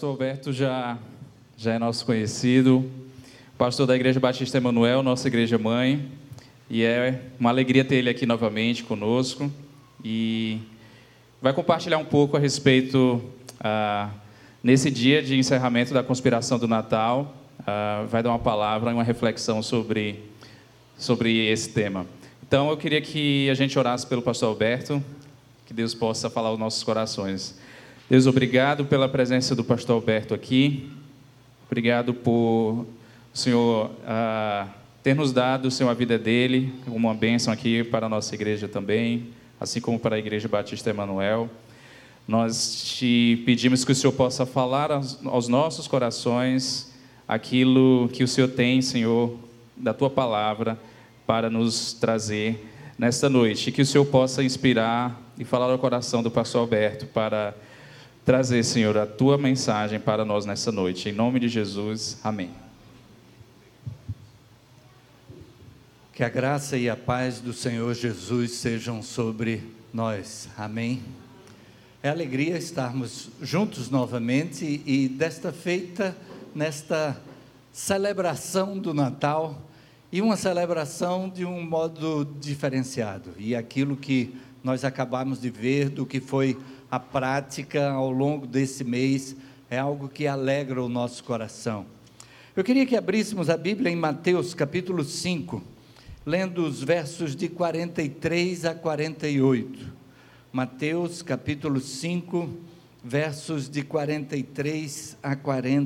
pastor Alberto já é nosso conhecido, pastor da Igreja Batista Emanuel, nossa igreja mãe, e é uma alegria ter ele aqui novamente conosco, e vai compartilhar um pouco a respeito, nesse dia de encerramento da conspiração do Natal, vai dar uma palavra e uma reflexão sobre esse tema. Então eu queria que a gente orasse pelo pastor Alberto, que Deus possa falar aos nossos corações. Deus, obrigado pela presença do pastor Alberto aqui, obrigado por o Senhor ter nos dado, Senhor, a vida dele, uma bênção aqui para a nossa igreja também, assim como para a Igreja Batista Emanuel. Nós te pedimos que o Senhor possa falar aos nossos corações aquilo que o Senhor tem, Senhor, da Tua Palavra para nos trazer nesta noite, e que o Senhor possa inspirar e falar ao coração do pastor Alberto para trazer, Senhor, a Tua mensagem para nós nessa noite. Em nome de Jesus, amém. Que a graça e a paz do Senhor Jesus sejam sobre nós, amém. É alegria estarmos juntos novamente e desta feita, nesta celebração do Natal, e uma celebração de um modo diferenciado, e aquilo que nós acabamos de ver do que foi a prática ao longo desse mês, é algo que alegra o nosso coração. Eu queria que abríssemos a Bíblia em Mateus capítulo 5, lendo os versos de 43 a 48. Mateus capítulo 5, versos de 43 a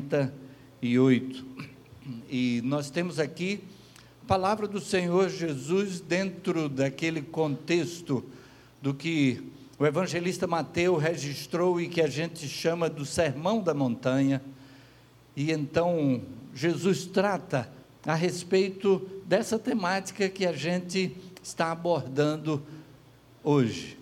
48. E nós temos aqui a palavra do Senhor Jesus dentro daquele contexto do que o evangelista Mateus registrou e que a gente chama do Sermão da Montanha. E então Jesus trata a respeito dessa temática que a gente está abordando hoje.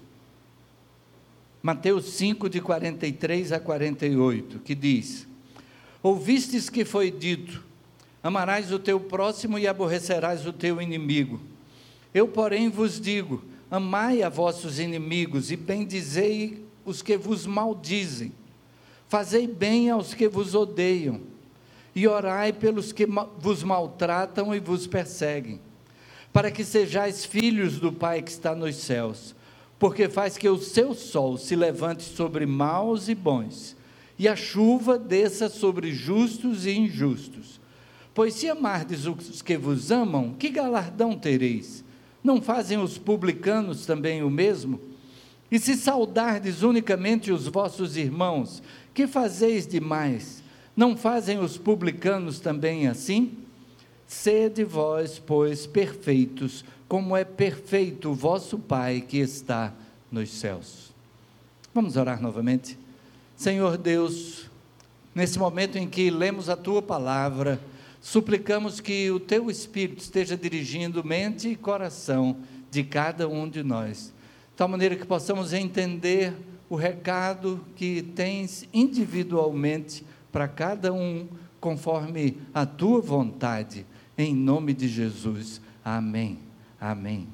Mateus 5, de 43 a 48, que diz: ouvistes que foi dito, amarás o teu próximo e aborrecerás o teu inimigo. Eu, porém, vos digo, amai a vossos inimigos e bendizei os que vos maldizem. Fazei bem aos que vos odeiam e orai pelos que vos maltratam e vos perseguem, para que sejais filhos do Pai que está nos céus, porque faz que o seu sol se levante sobre maus e bons, e a chuva desça sobre justos e injustos. Pois se amardes os que vos amam, que galardão tereis? Não fazem os publicanos também o mesmo? E se saudardes unicamente os vossos irmãos, que fazeis demais? Não fazem os publicanos também assim? Sede vós, pois, perfeitos, como é perfeito o vosso Pai que está nos céus. Vamos orar novamente? Senhor Deus, nesse momento em que lemos a Tua Palavra, suplicamos que o Teu Espírito esteja dirigindo mente e coração de cada um de nós, de tal maneira que possamos entender o recado que Tens individualmente para cada um, conforme a Tua vontade, em nome de Jesus, amém, amém.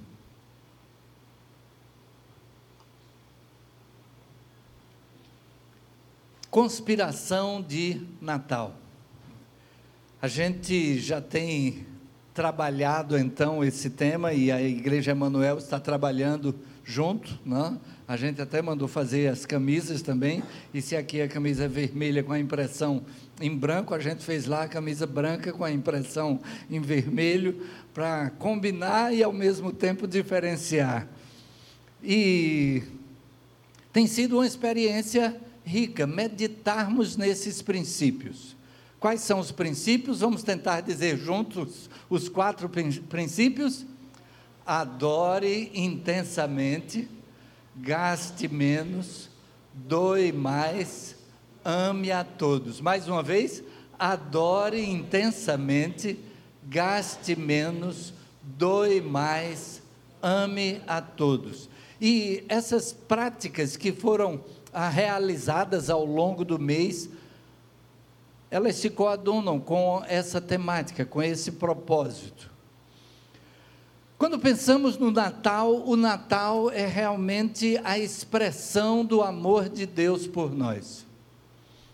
Conspiração de Natal. A gente já tem trabalhado então esse tema, e a Igreja Emanuel está trabalhando junto, né? A gente até mandou fazer as camisas também, e se aqui a camisa é vermelha com a impressão em branco, a gente fez lá a camisa branca com a impressão em vermelho, para combinar e ao mesmo tempo diferenciar. E tem sido uma experiência rica, meditarmos nesses princípios. Quais são os princípios? Vamos tentar dizer juntos os 4 princípios. Adore intensamente, gaste menos, doe mais, ame a todos. Mais uma vez, adore intensamente, gaste menos, doe mais, ame a todos. E essas práticas que foram realizadas ao longo do mês, elas se coadunam com essa temática, com esse propósito. Quando pensamos no Natal, o Natal é realmente a expressão do amor de Deus por nós.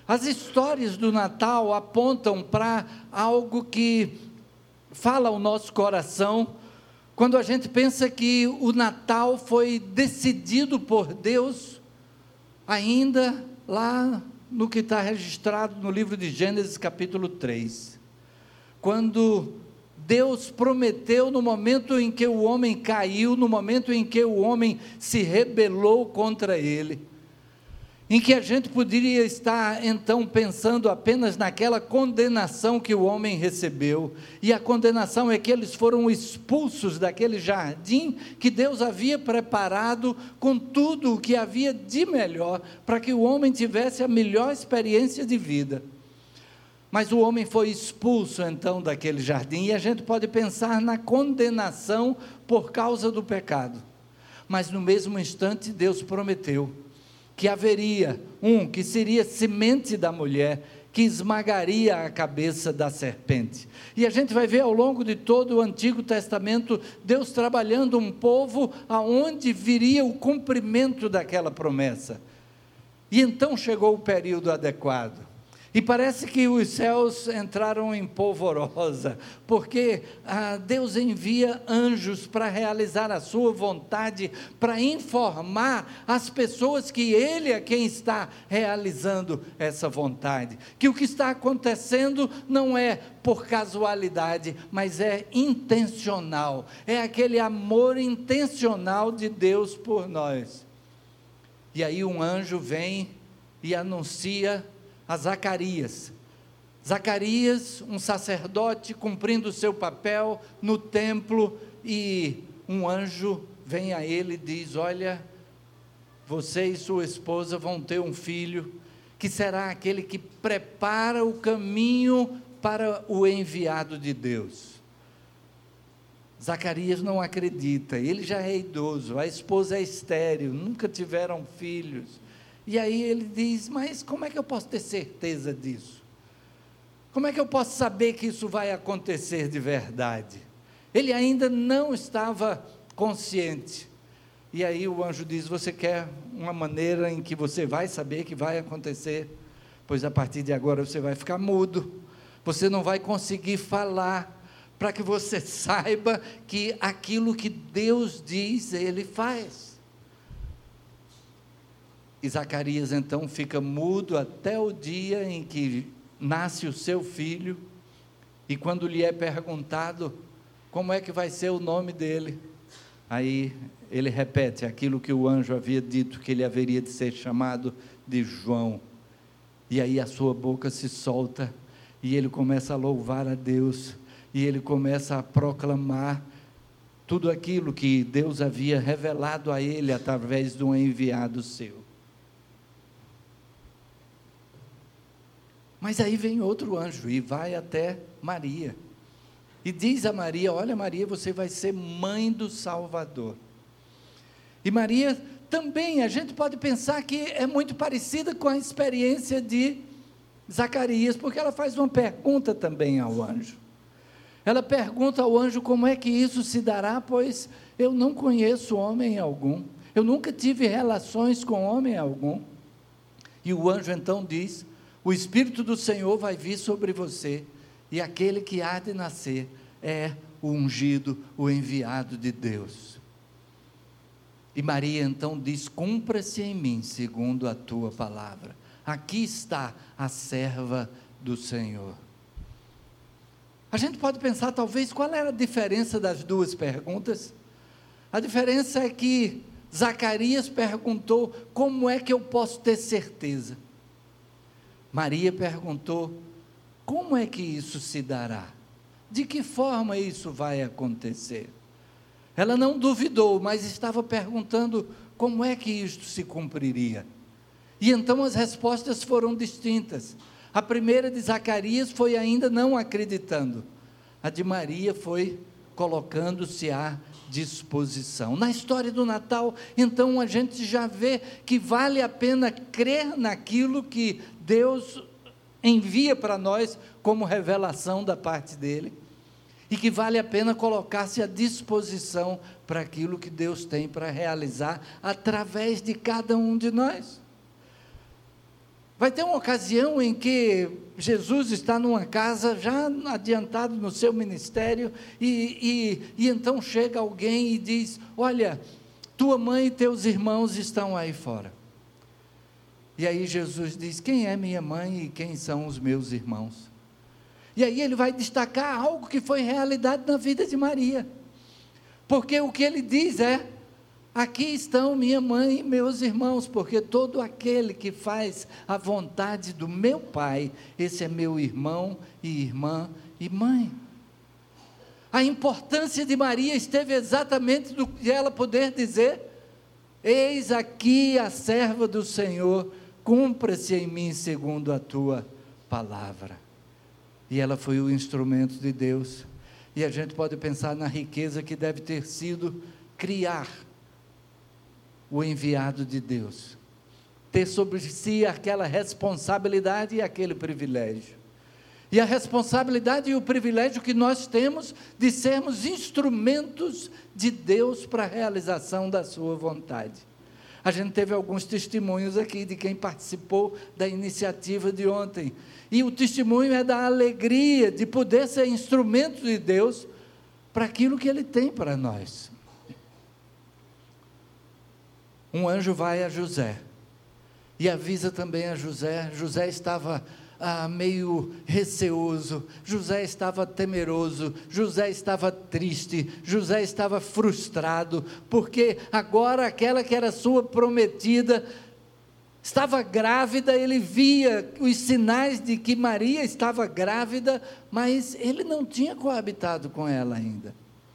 As histórias do Natal apontam para algo que fala ao nosso coração, quando a gente pensa que o Natal foi decidido por Deus, ainda lá no que está registrado no livro de Gênesis capítulo 3, quando Deus prometeu, no momento em que o homem caiu, no momento em que o homem se rebelou contra ele, em que a gente poderia estar então pensando apenas naquela condenação que o homem recebeu, e a condenação é que eles foram expulsos daquele jardim que Deus havia preparado com tudo o que havia de melhor, para que o homem tivesse a melhor experiência de vida. Mas o homem foi expulso então daquele jardim, e a gente pode pensar na condenação por causa do pecado, mas no mesmo instante Deus prometeu que haveria que seria semente da mulher, que esmagaria a cabeça da serpente. E a gente vai ver ao longo de todo o Antigo Testamento, Deus trabalhando um povo aonde viria o cumprimento daquela promessa. E então chegou o período adequado. E parece que os céus entraram em polvorosa, porque Deus envia anjos para realizar a sua vontade, para informar as pessoas que Ele é quem está realizando essa vontade, que o que está acontecendo não é por casualidade, mas é intencional, é aquele amor intencional de Deus por nós. E aí um anjo vem e anuncia a Zacarias, um sacerdote cumprindo o seu papel no templo, e um anjo vem a ele e diz: olha, você e sua esposa vão ter um filho, que será aquele que prepara o caminho para o enviado de Deus. Zacarias não acredita, ele já é idoso, a esposa é estéril, nunca tiveram filhos. E aí ele diz: mas como é que eu posso ter certeza disso? Como é que eu posso saber que isso vai acontecer de verdade? Ele ainda não estava consciente. E aí o anjo diz: você quer uma maneira em que você vai saber que vai acontecer? Pois a partir de agora você vai ficar mudo, você não vai conseguir falar, para que você saiba que aquilo que Deus diz, Ele faz. E Zacarias então fica mudo até o dia em que nasce o seu filho, e quando lhe é perguntado como é que vai ser o nome dele, aí ele repete aquilo que o anjo havia dito, que ele haveria de ser chamado de João. E aí a sua boca se solta, e ele começa a louvar a Deus, e ele começa a proclamar tudo aquilo que Deus havia revelado a ele através de um enviado seu. Mas aí vem outro anjo e vai até Maria, e diz a Maria: olha Maria, você vai ser mãe do Salvador. E Maria também, a gente pode pensar que é muito parecida com a experiência de Zacarias, porque ela faz uma pergunta também ao anjo. Ela pergunta ao anjo como é que isso se dará, pois eu não conheço homem algum, eu nunca tive relações com homem algum. E o anjo então diz: o Espírito do Senhor vai vir sobre você, e aquele que há de nascer é o ungido, o enviado de Deus. E Maria então diz: cumpra-se em mim segundo a tua palavra. Aqui está a serva do Senhor. A gente pode pensar talvez qual era a diferença das duas perguntas. A diferença é que Zacarias perguntou: como é que eu posso ter certeza? Maria perguntou: como é que isso se dará? De que forma isso vai acontecer? Ela não duvidou, mas estava perguntando como é que isto se cumpriria. E então as respostas foram distintas. A primeira de Zacarias foi ainda não acreditando. A de Maria foi colocando-se à disposição. Na história do Natal, então, a gente já vê que vale a pena crer naquilo que Deus envia para nós como revelação da parte dele, e que vale a pena colocar-se à disposição para aquilo que Deus tem para realizar através de cada um de nós. Vai ter uma ocasião em que Jesus está numa casa, já adiantado no seu ministério, e então chega alguém e diz: olha, tua mãe e teus irmãos estão aí fora. E aí Jesus diz: quem é minha mãe e quem são os meus irmãos? E aí ele vai destacar algo que foi realidade na vida de Maria, porque o que ele diz é: aqui estão minha mãe e meus irmãos, porque todo aquele que faz a vontade do meu Pai, esse é meu irmão e irmã e mãe. A importância de Maria esteve exatamente do que ela poder dizer: eis aqui a serva do Senhor, cumpra-se em mim segundo a tua palavra. E ela foi o instrumento de Deus. E a gente pode pensar na riqueza que deve ter sido criar o enviado de Deus, ter sobre si aquela responsabilidade e aquele privilégio, e a responsabilidade e o privilégio que nós temos de sermos instrumentos de Deus para a realização da sua vontade. A gente teve alguns testemunhos aqui de quem participou da iniciativa de ontem, e o testemunho é da alegria de poder ser instrumento de Deus para aquilo que Ele tem para nós. Um anjo vai a José, e avisa também a José. José estava meio receoso, José estava temeroso, José estava triste, José estava frustrado, porque agora aquela que era sua prometida estava grávida. Ele via os sinais de que Maria estava grávida, mas ele não tinha coabitado com ela ainda,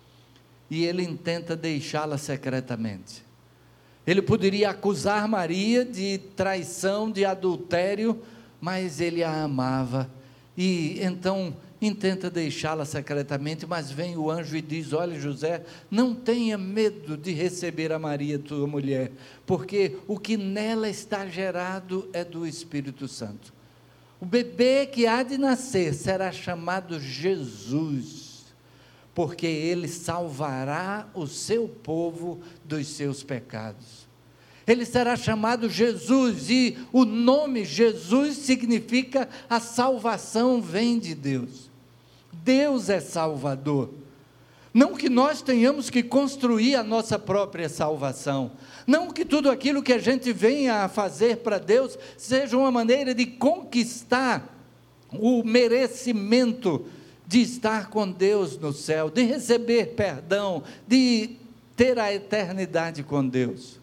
e ele intenta deixá-la secretamente. Ele poderia acusar Maria de traição, de adultério, mas ele a amava, e então intenta deixá-la secretamente. Mas vem o anjo e diz: olha, José, não tenha medo de receber a Maria, tua mulher, porque o que nela está gerado é do Espírito Santo. O bebê que há de nascer será chamado Jesus, porque ele salvará o seu povo dos seus pecados. Ele será chamado Jesus, e o nome Jesus significa a salvação vem de Deus. Deus é Salvador. Não que nós tenhamos que construir a nossa própria salvação, não que tudo aquilo que a gente venha a fazer para Deus seja uma maneira de conquistar o merecimento de estar com Deus no céu, de receber perdão, de ter a eternidade com Deus.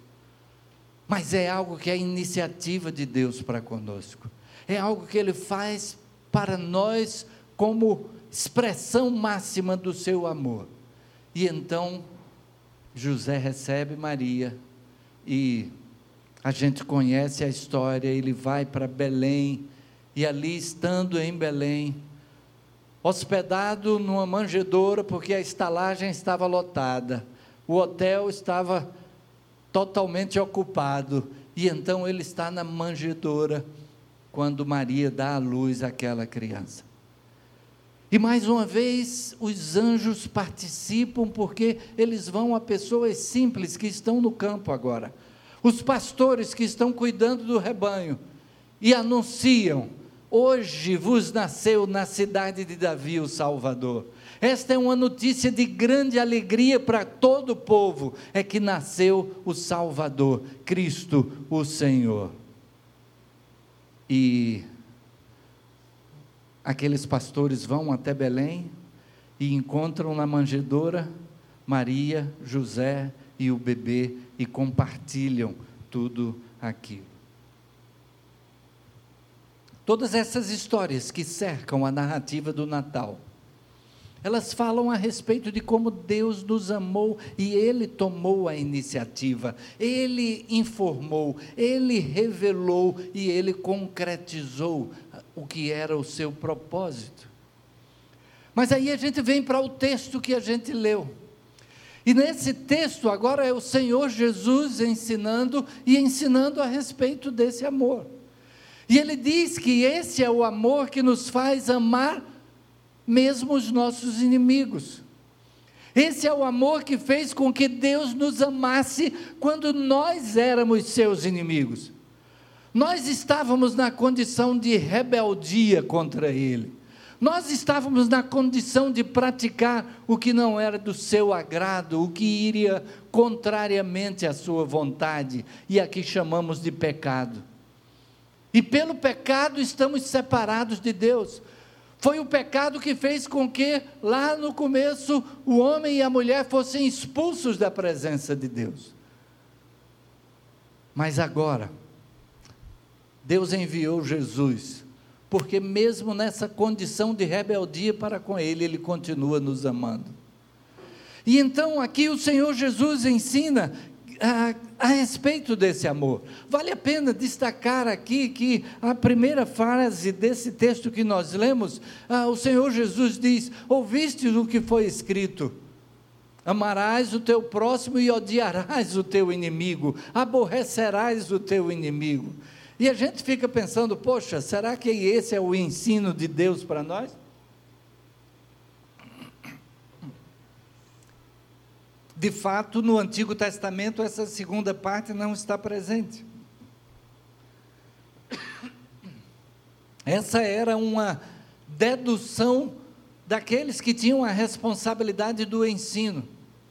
Mas é algo que é iniciativa de Deus para conosco, é algo que Ele faz para nós como expressão máxima do seu amor. E então José recebe Maria, e a gente conhece a história. Ele vai para Belém, e ali, estando em Belém, hospedado numa manjedoura, porque a estalagem estava lotada, o hotel estava totalmente ocupado, e então ele está na manjedoura, quando Maria dá à luz àquela criança. E mais uma vez, os anjos participam, porque eles vão a pessoas simples que estão no campo agora, os pastores que estão cuidando do rebanho, e anunciam: hoje vos nasceu na cidade de Davi o Salvador. Esta é uma notícia de grande alegria para todo o povo, é que nasceu o Salvador, Cristo o Senhor. E aqueles pastores vão até Belém e encontram na manjedoura Maria, José e o bebê, e compartilham tudo aquilo. Todas essas histórias que cercam a narrativa do Natal, elas falam a respeito de como Deus nos amou, e Ele tomou a iniciativa, Ele informou, Ele revelou, e Ele concretizou o que era o seu propósito. Mas aí a gente vem para o texto que a gente leu, e nesse texto agora é o Senhor Jesus ensinando a respeito desse amor, e Ele diz que esse é o amor que nos faz amar mesmo os nossos inimigos. Esse é o amor que fez com que Deus nos amasse quando nós éramos seus inimigos. Nós estávamos na condição de rebeldia contra Ele. Nós estávamos na condição de praticar o que não era do seu agrado, o que iria contrariamente à sua vontade, e aqui chamamos de pecado. E pelo pecado estamos separados de Deus. Foi o pecado que fez com que, lá no começo, o homem e a mulher fossem expulsos da presença de Deus. Mas agora, Deus enviou Jesus, porque mesmo nessa condição de rebeldia para com Ele, Ele continua nos amando. E então aqui o Senhor Jesus ensina a respeito desse amor. Vale a pena destacar aqui que a primeira frase desse texto que nós lemos, o Senhor Jesus diz: ouvistes o que foi escrito, amarás o teu próximo e odiarás o teu inimigo, aborrecerás o teu inimigo. E a gente fica pensando, poxa, será que esse é o ensino de Deus para nós? De fato, no Antigo Testamento, essa segunda parte não está presente. Essa era uma dedução daqueles que tinham a responsabilidade do ensino.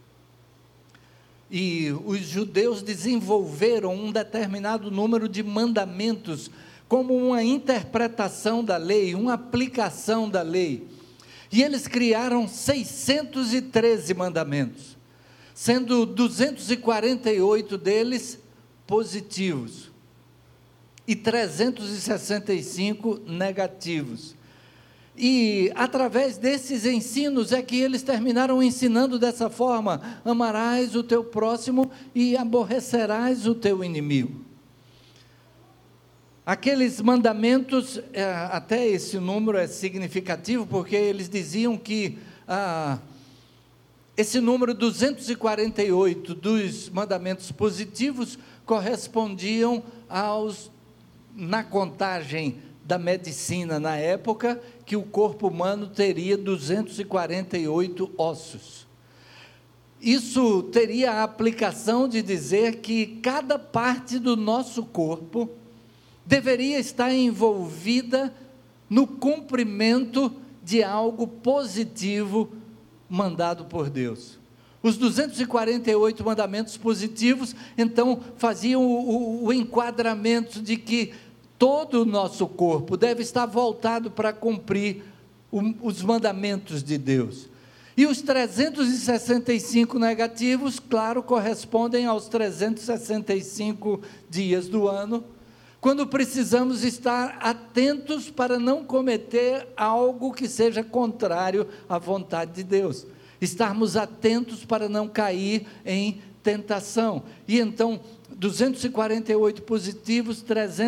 E os judeus desenvolveram um determinado número de mandamentos como uma interpretação da lei, uma aplicação da lei. E eles criaram 613 mandamentos, sendo 248 deles positivos e 365 negativos. E através desses ensinos é que eles terminaram ensinando dessa forma: amarás o teu próximo e aborrecerás o teu inimigo. Aqueles mandamentos, até esse número é significativo, porque eles diziam que esse número 248 dos mandamentos positivos correspondiam na contagem da medicina na época, que o corpo humano teria 248 ossos. Isso teria a aplicação de dizer que cada parte do nosso corpo deveria estar envolvida no cumprimento de algo positivo mandado por Deus. Os 248 mandamentos positivos, então, faziam o enquadramento de que todo o nosso corpo deve estar voltado para cumprir os mandamentos de Deus. E os 365 negativos, claro, correspondem aos 365 dias do ano, quando precisamos estar atentos para não cometer algo que seja contrário à vontade de Deus. Estarmos atentos para não cair em tentação. E então, 248 positivos,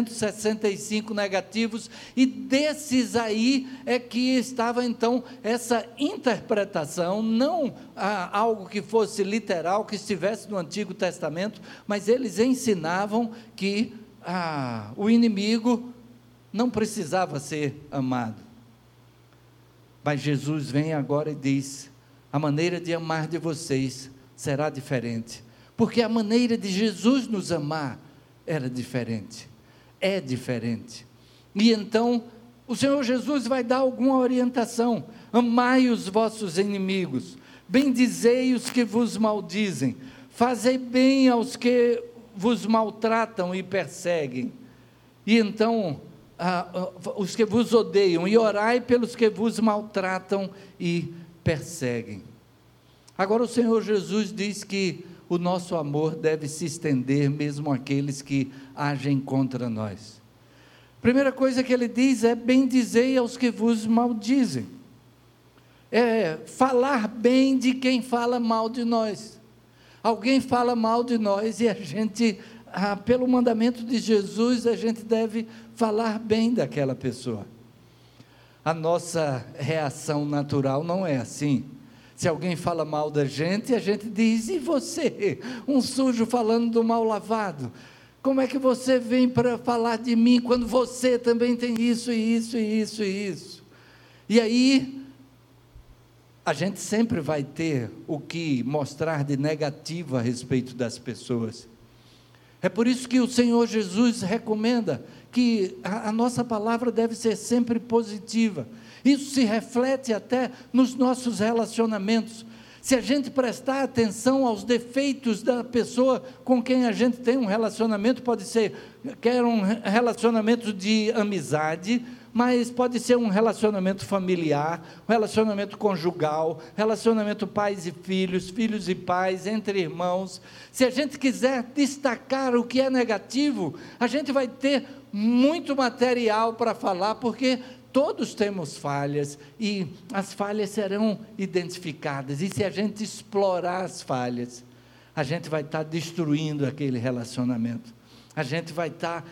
365 negativos, e desses aí é que estava então essa interpretação, não algo que fosse literal, que estivesse no Antigo Testamento, mas eles ensinavam que o inimigo não precisava ser amado. Mas Jesus vem agora e diz: a maneira de amar de vocês será diferente, porque a maneira de Jesus nos amar era diferente, é diferente. E então o Senhor Jesus vai dar alguma orientação: amai os vossos inimigos, bendizei os que vos maldizem, fazei bem aos que vos maltratam e perseguem, e então os que vos odeiam, e orai pelos que vos maltratam e perseguem. Agora o Senhor Jesus diz que o nosso amor deve se estender mesmo àqueles que agem contra nós. Primeira coisa que ele diz é: bendizei aos que vos maldizem. É falar bem de quem fala mal de nós. Alguém fala mal de nós e a gente, pelo mandamento de Jesus, a gente deve falar bem daquela pessoa. A nossa reação natural não é assim. Se alguém fala mal da gente, a gente diz: e você, um sujo falando do mal lavado? Como é que você vem para falar de mim, quando você também tem isso, e isso, e isso, e isso? E aí, a gente sempre vai ter o que mostrar de negativo a respeito das pessoas. É por isso que o Senhor Jesus recomenda que a nossa palavra deve ser sempre positiva. Isso se reflete até nos nossos relacionamentos. Se a gente prestar atenção aos defeitos da pessoa com quem a gente tem um relacionamento, pode ser quer um relacionamento de amizade, mas pode ser um relacionamento familiar, um relacionamento conjugal, relacionamento pais e filhos, filhos e pais, entre irmãos. Se a gente quiser destacar o que é negativo, a gente vai ter muito material para falar, porque todos temos falhas, e as falhas serão identificadas, e se a gente explorar as falhas, a gente vai estar destruindo aquele relacionamento, a gente vai estar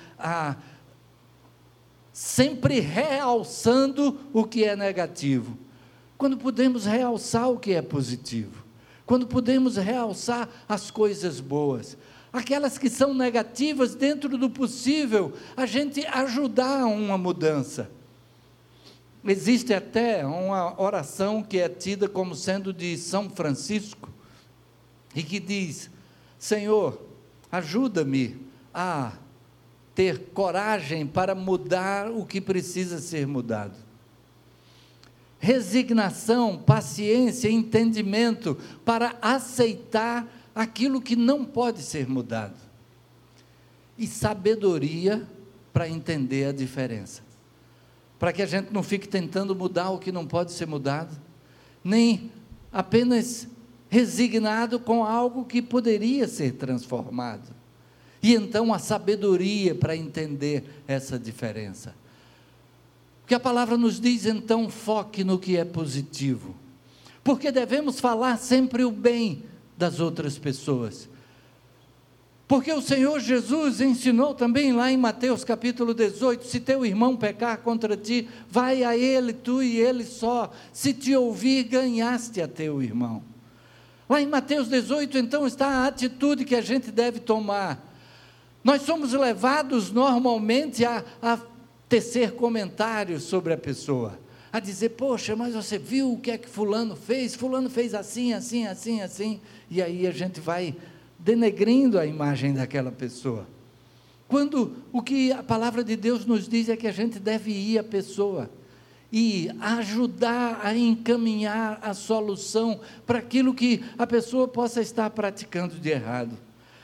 sempre realçando o que é negativo, quando podemos realçar o que é positivo, quando podemos realçar as coisas boas, aquelas que são negativas, dentro do possível, a gente ajudar a uma mudança. Existe até uma oração que é tida como sendo de São Francisco, e que diz: Senhor, ajuda-me a ter coragem para mudar o que precisa ser mudado. Resignação, paciência, entendimento para aceitar aquilo que não pode ser mudado. E sabedoria para entender a diferença. Para que a gente não fique tentando mudar o que não pode ser mudado, nem apenas resignado com algo que poderia ser transformado. E então a sabedoria para entender essa diferença. O que a palavra nos diz, então, foque no que é positivo, porque devemos falar sempre o bem das outras pessoas. Porque o Senhor Jesus ensinou também lá em Mateus capítulo 18, se teu irmão pecar contra ti, vai a ele, tu e ele só, se te ouvir, ganhaste a teu irmão. Lá em Mateus 18, então, está a atitude que a gente deve tomar. Nós somos levados normalmente a tecer comentários sobre a pessoa, a dizer, poxa, mas você viu o que é que fulano fez assim, assim, assim, assim, e aí a gente vai denegrindo a imagem daquela pessoa, quando o que a palavra de Deus nos diz é que a gente deve ir à pessoa, e ajudar a encaminhar a solução, para aquilo que a pessoa possa estar praticando de errado.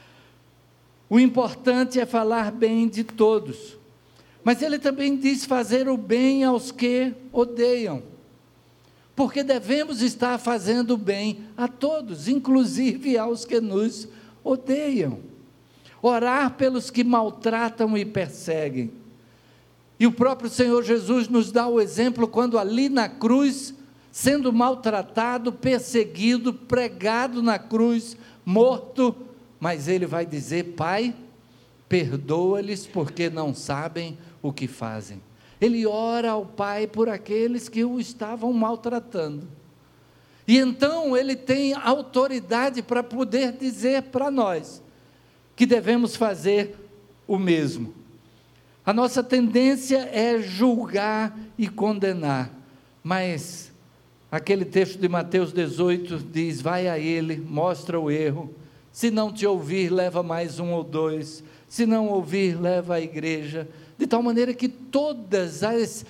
O importante é falar bem de todos, mas ele também diz fazer o bem aos que odeiam, porque devemos estar fazendo bem a todos, inclusive aos que nos odeiam, orar pelos que maltratam e perseguem, e o próprio Senhor Jesus nos dá o exemplo, quando ali na cruz, sendo maltratado, perseguido, pregado na cruz, morto, mas ele vai dizer, Pai, perdoa-lhes porque não sabem o que fazem. Ele ora ao Pai por aqueles que o estavam maltratando, e então ele tem autoridade para poder dizer para nós, que devemos fazer o mesmo. A nossa tendência é julgar e condenar, mas aquele texto de Mateus 18 diz, vai a ele, mostra o erro, se não te ouvir, leva mais um ou dois, se não ouvir, leva à igreja, de tal maneira que todas as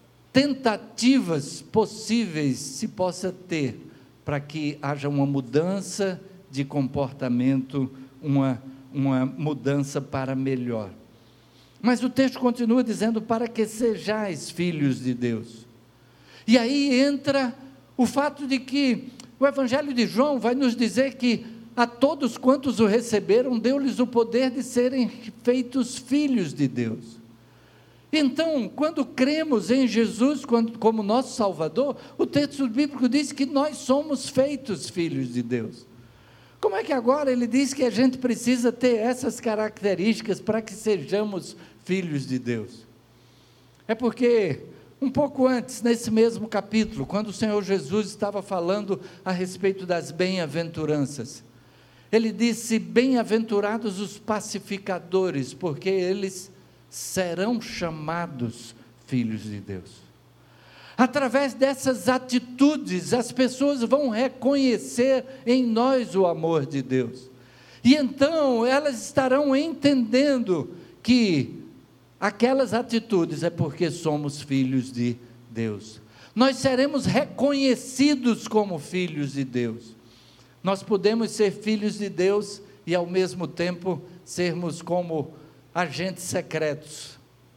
tentativas possíveis se possa ter, para que haja uma mudança de comportamento, uma mudança para melhor. Mas o texto continua dizendo, para que sejais filhos de Deus. E aí entra o fato de que o Evangelho de João vai nos dizer que a todos quantos o receberam, deu-lhes o poder de serem feitos filhos de Deus. Então, quando cremos em Jesus como nosso Salvador, o texto bíblico diz que nós somos feitos filhos de Deus. Como é que agora ele diz que a gente precisa ter essas características para que sejamos filhos de Deus? É porque, um pouco antes, nesse mesmo capítulo, quando o Senhor Jesus estava falando a respeito das bem-aventuranças, ele disse, bem-aventurados os pacificadores, porque eles serão chamados filhos de Deus. Através dessas atitudes, as pessoas vão reconhecer em nós o amor de Deus, E então elas estarão entendendo que aquelas atitudes é porque somos filhos de Deus. Nós seremos reconhecidos como filhos de Deus. Nós podemos ser filhos de Deus e ao mesmo tempo sermos como agentes secretos,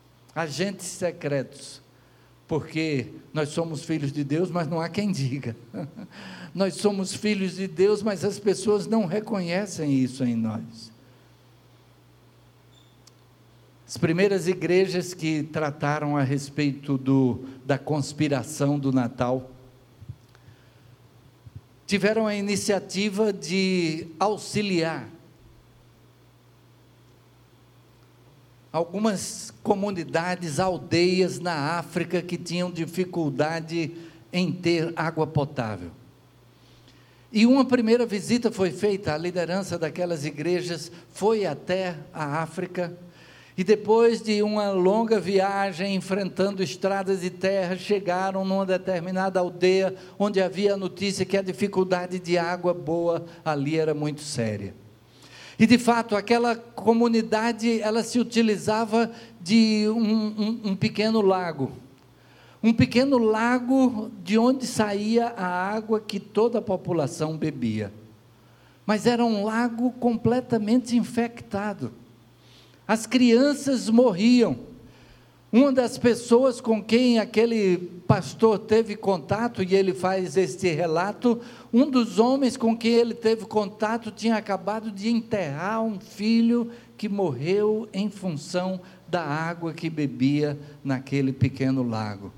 porque nós somos filhos de Deus, mas não há quem diga. Nós somos filhos de Deus, mas as pessoas não reconhecem isso em nós. As primeiras igrejas que trataram a respeito da conspiração do Natal, tiveram a iniciativa de auxiliar algumas comunidades, aldeias na África que tinham dificuldade em ter água potável. E uma primeira visita foi feita, a liderança daquelas igrejas foi até a África, e depois de uma longa viagem, enfrentando estradas de terra, chegaram numa determinada aldeia, onde havia a notícia que a dificuldade de água boa ali era muito séria. E de fato, aquela comunidade, ela se utilizava de um pequeno lago de onde saía a água que toda a população bebia, mas era um lago completamente infectado, as crianças morriam. Uma das pessoas com quem aquele pastor teve contato, e ele faz este relato, um dos homens com quem ele teve contato tinha acabado de enterrar um filho que morreu em função da água que bebia naquele pequeno lago.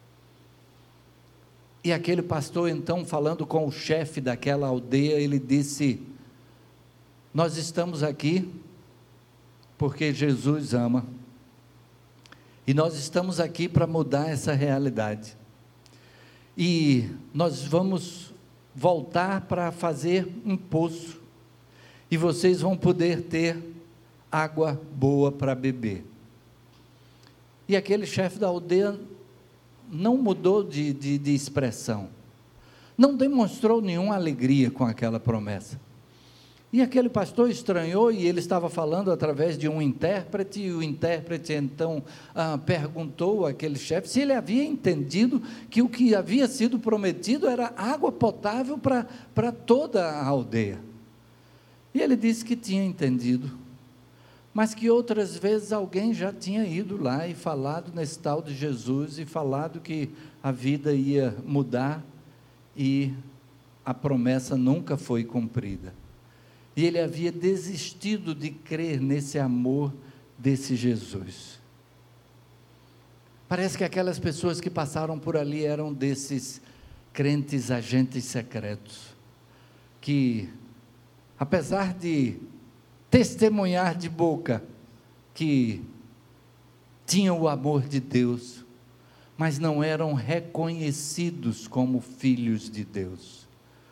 E aquele pastor, então, falando com o chefe daquela aldeia, ele disse: nós estamos aqui porque Jesus ama, e nós estamos aqui para mudar essa realidade, e nós vamos voltar para fazer um poço, e vocês vão poder ter água boa para beber. E aquele chefe da aldeia não mudou de expressão, não demonstrou nenhuma alegria com aquela promessa. E aquele pastor estranhou, e ele estava falando através de um intérprete, e o intérprete então perguntou àquele chefe se ele havia entendido que o que havia sido prometido era água potável para toda a aldeia. E ele disse que tinha entendido, mas que outras vezes alguém já tinha ido lá e falado nesse tal de Jesus, e falado que a vida ia mudar, e a promessa nunca foi cumprida. E ele havia desistido de crer nesse amor desse Jesus. Parece que aquelas pessoas que passaram por ali eram desses crentes agentes secretos, que, apesar de testemunhar de boca que tinham o amor de Deus, mas não eram reconhecidos como filhos de Deus.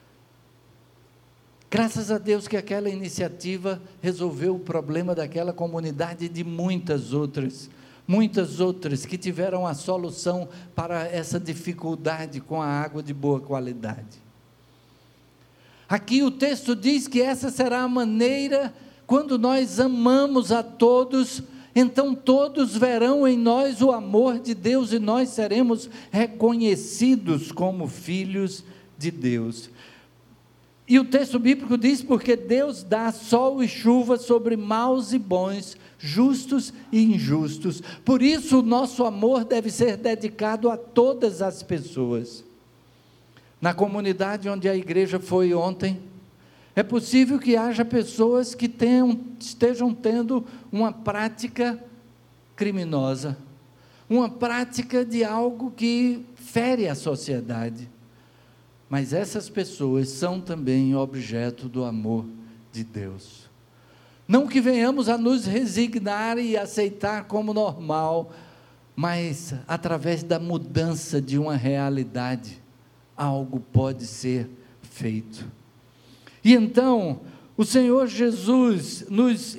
Graças a Deus que aquela iniciativa resolveu o problema daquela comunidade e de muitas outras que tiveram a solução para essa dificuldade com a água de boa qualidade. Aqui o texto diz que essa será a maneira, quando nós amamos a todos, então todos verão em nós o amor de Deus, e nós seremos reconhecidos como filhos de Deus. E o texto bíblico diz: porque Deus dá sol e chuva sobre maus e bons, justos e injustos. Por isso o nosso amor deve ser dedicado a todas as pessoas. Na comunidade onde a igreja foi ontem, é possível que haja pessoas que estejam tendo uma prática criminosa, uma prática de algo que fere a sociedade. Mas essas pessoas são também objeto do amor de Deus. Não que venhamos a nos resignar e aceitar como normal, mas através da mudança de uma realidade, algo pode ser feito. E então, o Senhor Jesus nos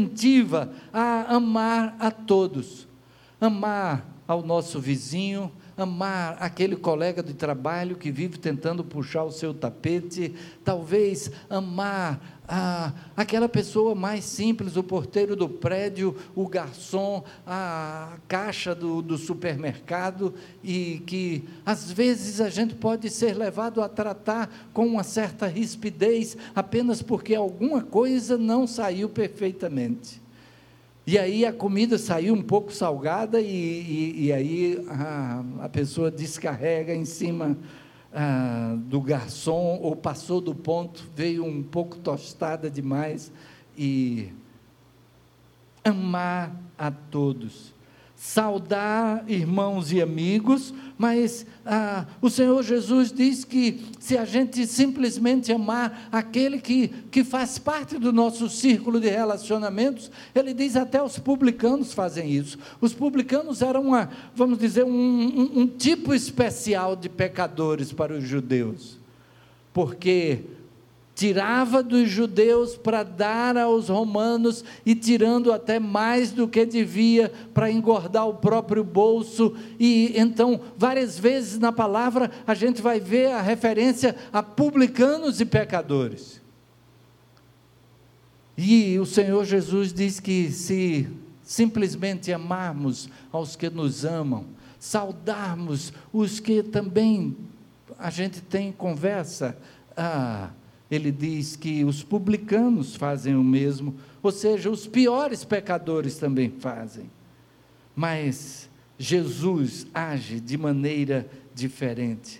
incentiva a amar a todos, amar ao nosso vizinho, amar aquele colega de trabalho que vive tentando puxar o seu tapete, talvez amar aquela pessoa mais simples, o porteiro do prédio, o garçom, a caixa do supermercado, e que às vezes a gente pode ser levado a tratar com uma certa rispidez, apenas porque alguma coisa não saiu perfeitamente. E aí a comida saiu um pouco salgada, e aí a pessoa descarrega em cima do garçom, ou passou do ponto, veio um pouco tostada demais. E amar a todos, saudar irmãos e amigos, mas o Senhor Jesus diz que se a gente simplesmente amar aquele que faz parte do nosso círculo de relacionamentos, ele diz até os publicanos fazem isso. Os publicanos eram vamos dizer, um tipo especial de pecadores para os judeus, porque tirava dos judeus para dar aos romanos, e tirando até mais do que devia, para engordar o próprio bolso. E então, várias vezes na palavra, a gente vai ver a referência a publicanos e pecadores. E o Senhor Jesus diz que se simplesmente amarmos aos que nos amam, saudarmos os que também a gente tem conversa, ele diz que os publicanos fazem o mesmo, ou seja, os piores pecadores também fazem. Mas Jesus age de maneira diferente.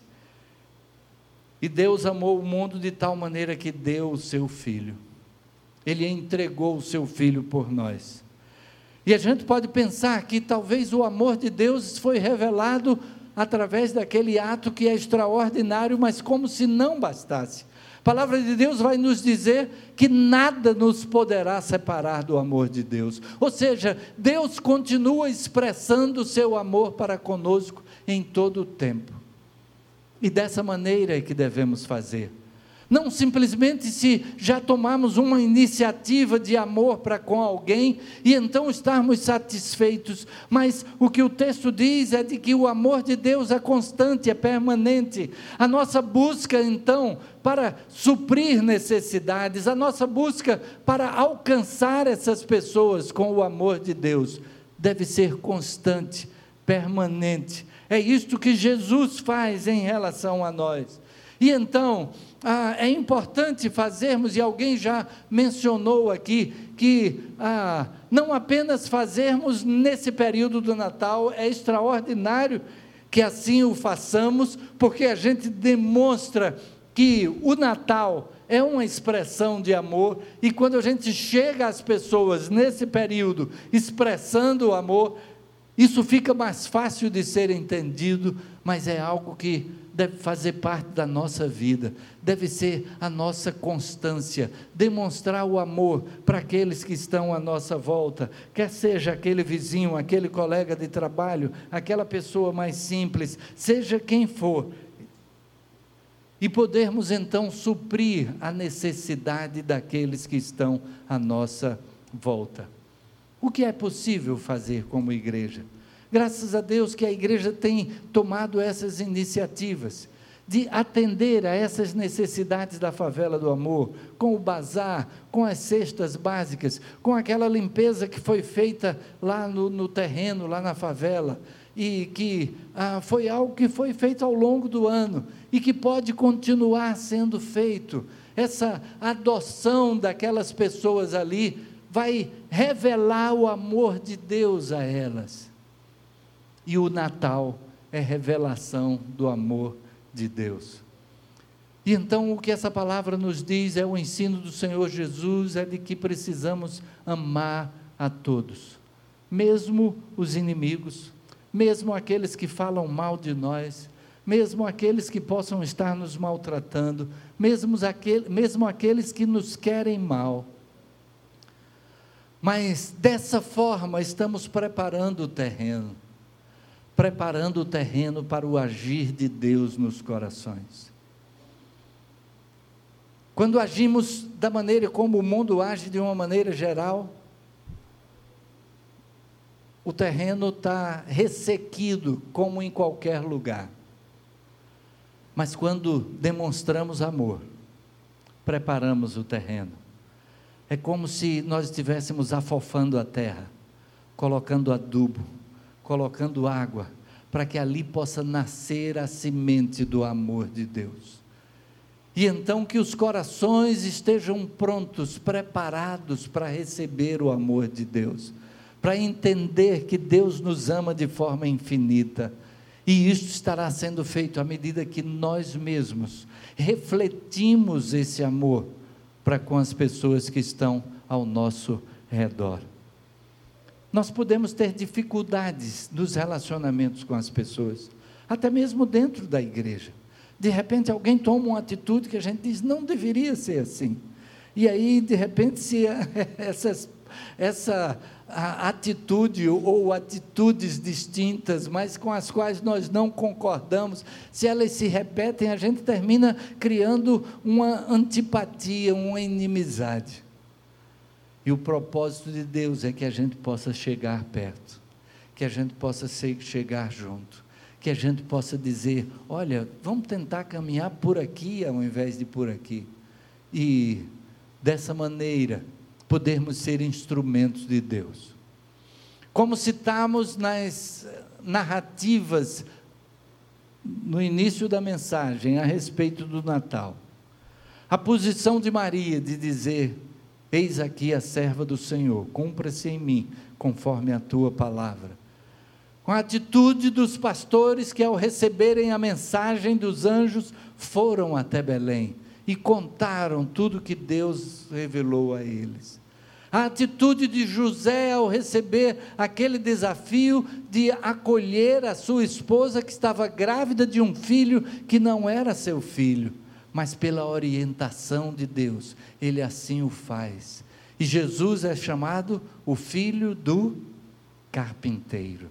E Deus amou o mundo de tal maneira que deu o seu Filho. Ele entregou o seu Filho por nós. E a gente pode pensar que talvez o amor de Deus foi revelado através daquele ato que é extraordinário, mas como se não bastasse. A palavra de Deus vai nos dizer que nada nos poderá separar do amor de Deus. Ou seja, Deus continua expressando o seu amor para conosco em todo o tempo. E dessa maneira é que devemos fazer. Não simplesmente se já tomamos uma iniciativa de amor para com alguém e então estarmos satisfeitos, mas o que o texto diz é de que o amor de Deus é constante, é permanente. A nossa busca então para suprir necessidades, a nossa busca para alcançar essas pessoas com o amor de Deus deve ser constante, permanente. É isto que Jesus faz em relação a nós. E então, é importante fazermos, e alguém já mencionou aqui, que não apenas fazermos nesse período do Natal, é extraordinário que assim o façamos, porque a gente demonstra que o Natal é uma expressão de amor, e quando a gente chega às pessoas nesse período, expressando o amor, isso fica mais fácil de ser entendido, mas é algo que deve fazer parte da nossa vida, deve ser a nossa constância, demonstrar o amor para aqueles que estão à nossa volta, quer seja aquele vizinho, aquele colega de trabalho, aquela pessoa mais simples, seja quem for, e podermos então suprir a necessidade daqueles que estão à nossa volta. O que é possível fazer como igreja? Graças a Deus que a igreja tem tomado essas iniciativas, de atender a essas necessidades da favela do amor, com o bazar, com as cestas básicas, com aquela limpeza que foi feita lá no terreno, lá na favela, e que foi algo que foi feito ao longo do ano, e que pode continuar sendo feito. Essa adoção daquelas pessoas ali, vai revelar o amor de Deus a elas. E o Natal é revelação do amor de Deus. E então o que essa palavra nos diz é o ensino do Senhor Jesus, é de que precisamos amar a todos, mesmo os inimigos, mesmo aqueles que falam mal de nós, mesmo aqueles que possam estar nos maltratando, mesmo aqueles que nos querem mal. Mas dessa forma estamos preparando o terreno para o agir de Deus nos corações. Quando agimos da maneira como o mundo age de uma maneira geral, o terreno está ressequido, como em qualquer lugar. Mas quando demonstramos amor, preparamos o terreno. É como se nós estivéssemos afofando a terra, colocando adubo, colocando água, para que ali possa nascer a semente do amor de Deus. E então que os corações estejam prontos, preparados para receber o amor de Deus, para entender que Deus nos ama de forma infinita. E isso estará sendo feito à medida que nós mesmos refletimos esse amor para com as pessoas que estão ao nosso redor. Nós podemos ter dificuldades nos relacionamentos com as pessoas, até mesmo dentro da igreja. De repente alguém toma uma atitude que a gente diz, não deveria ser assim. E aí, de repente, se essa atitude ou atitudes distintas, mas com as quais nós não concordamos, se elas se repetem, a gente termina criando uma antipatia, uma inimizade. E o propósito de Deus é que a gente possa chegar perto, que a gente possa chegar junto, que a gente possa dizer, olha, vamos tentar caminhar por aqui ao invés de por aqui. E dessa maneira, podermos ser instrumentos de Deus. Como citamos nas narrativas no início da mensagem a respeito do Natal, a posição de Maria de dizer, eis aqui a serva do Senhor, cumpra-se em mim, conforme a tua palavra. Com a atitude dos pastores que ao receberem a mensagem dos anjos, foram até Belém e contaram tudo que Deus revelou a eles. A atitude de José ao receber aquele desafio de acolher a sua esposa que estava grávida de um filho que não era seu filho, mas pela orientação de Deus, ele assim o faz. E Jesus é chamado o filho do carpinteiro.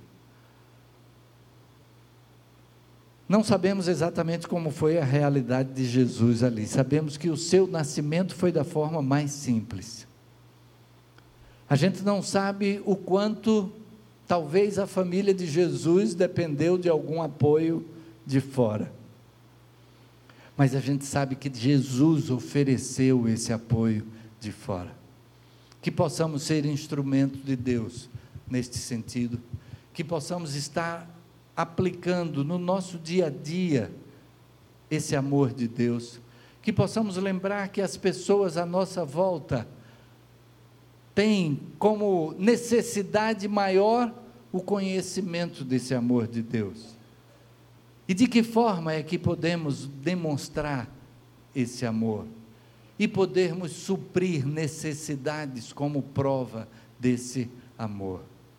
Não sabemos exatamente como foi a realidade de Jesus ali, sabemos que o seu nascimento foi da forma mais simples. A gente não sabe o quanto, talvez a família de Jesus dependeu de algum apoio de fora. Mas a gente sabe que Jesus ofereceu esse apoio de fora. Que possamos ser instrumentos de Deus neste sentido, que possamos estar aplicando no nosso dia a dia esse amor de Deus, que possamos lembrar que as pessoas à nossa volta têm como necessidade maior o conhecimento desse amor de Deus. E de que forma é que podemos demonstrar esse amor e podermos suprir necessidades como prova desse amor?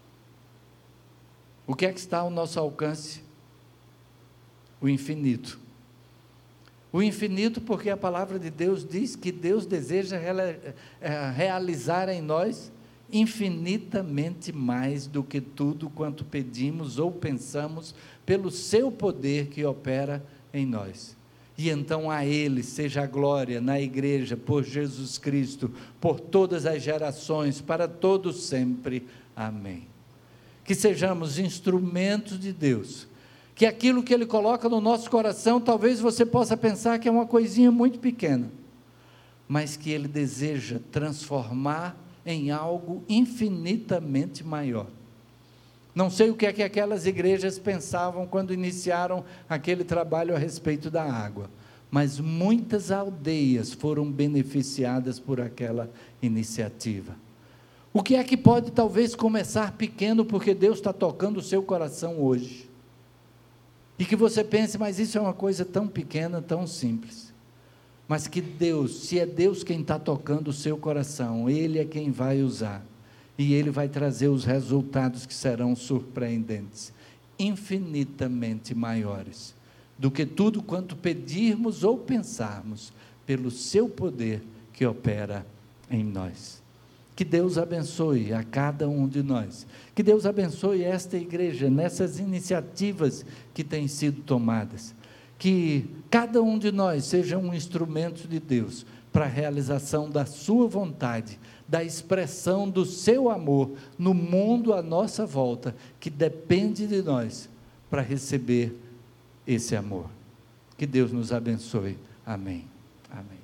O que é que está ao nosso alcance? O infinito. O infinito, porque a palavra de Deus diz que Deus deseja realizar em nós infinitamente mais do que tudo quanto pedimos ou pensamos, pelo seu poder que opera em nós. E então a Ele seja a glória na igreja, por Jesus Cristo, por todas as gerações, para todos sempre. Amém. Que sejamos instrumentos de Deus, que aquilo que Ele coloca no nosso coração, talvez você possa pensar que é uma coisinha muito pequena, mas que Ele deseja transformar em algo infinitamente maior. Não sei o que é que aquelas igrejas pensavam quando iniciaram aquele trabalho a respeito da água, mas muitas aldeias foram beneficiadas por aquela iniciativa. O que é que pode talvez começar pequeno, porque Deus está tocando o seu coração hoje, e que você pense, mas isso é uma coisa tão pequena, tão simples, mas que Deus, se é Deus quem está tocando o seu coração, Ele é quem vai usar, e Ele vai trazer os resultados que serão surpreendentes, infinitamente maiores, do que tudo quanto pedirmos ou pensarmos, pelo seu poder que opera em nós. Que Deus abençoe a cada um de nós, que Deus abençoe esta igreja, nessas iniciativas que têm sido tomadas, que cada um de nós seja um instrumento de Deus para a realização da sua vontade, da expressão do seu amor no mundo à nossa volta, que depende de nós para receber esse amor. Que Deus nos abençoe. Amém. Amém.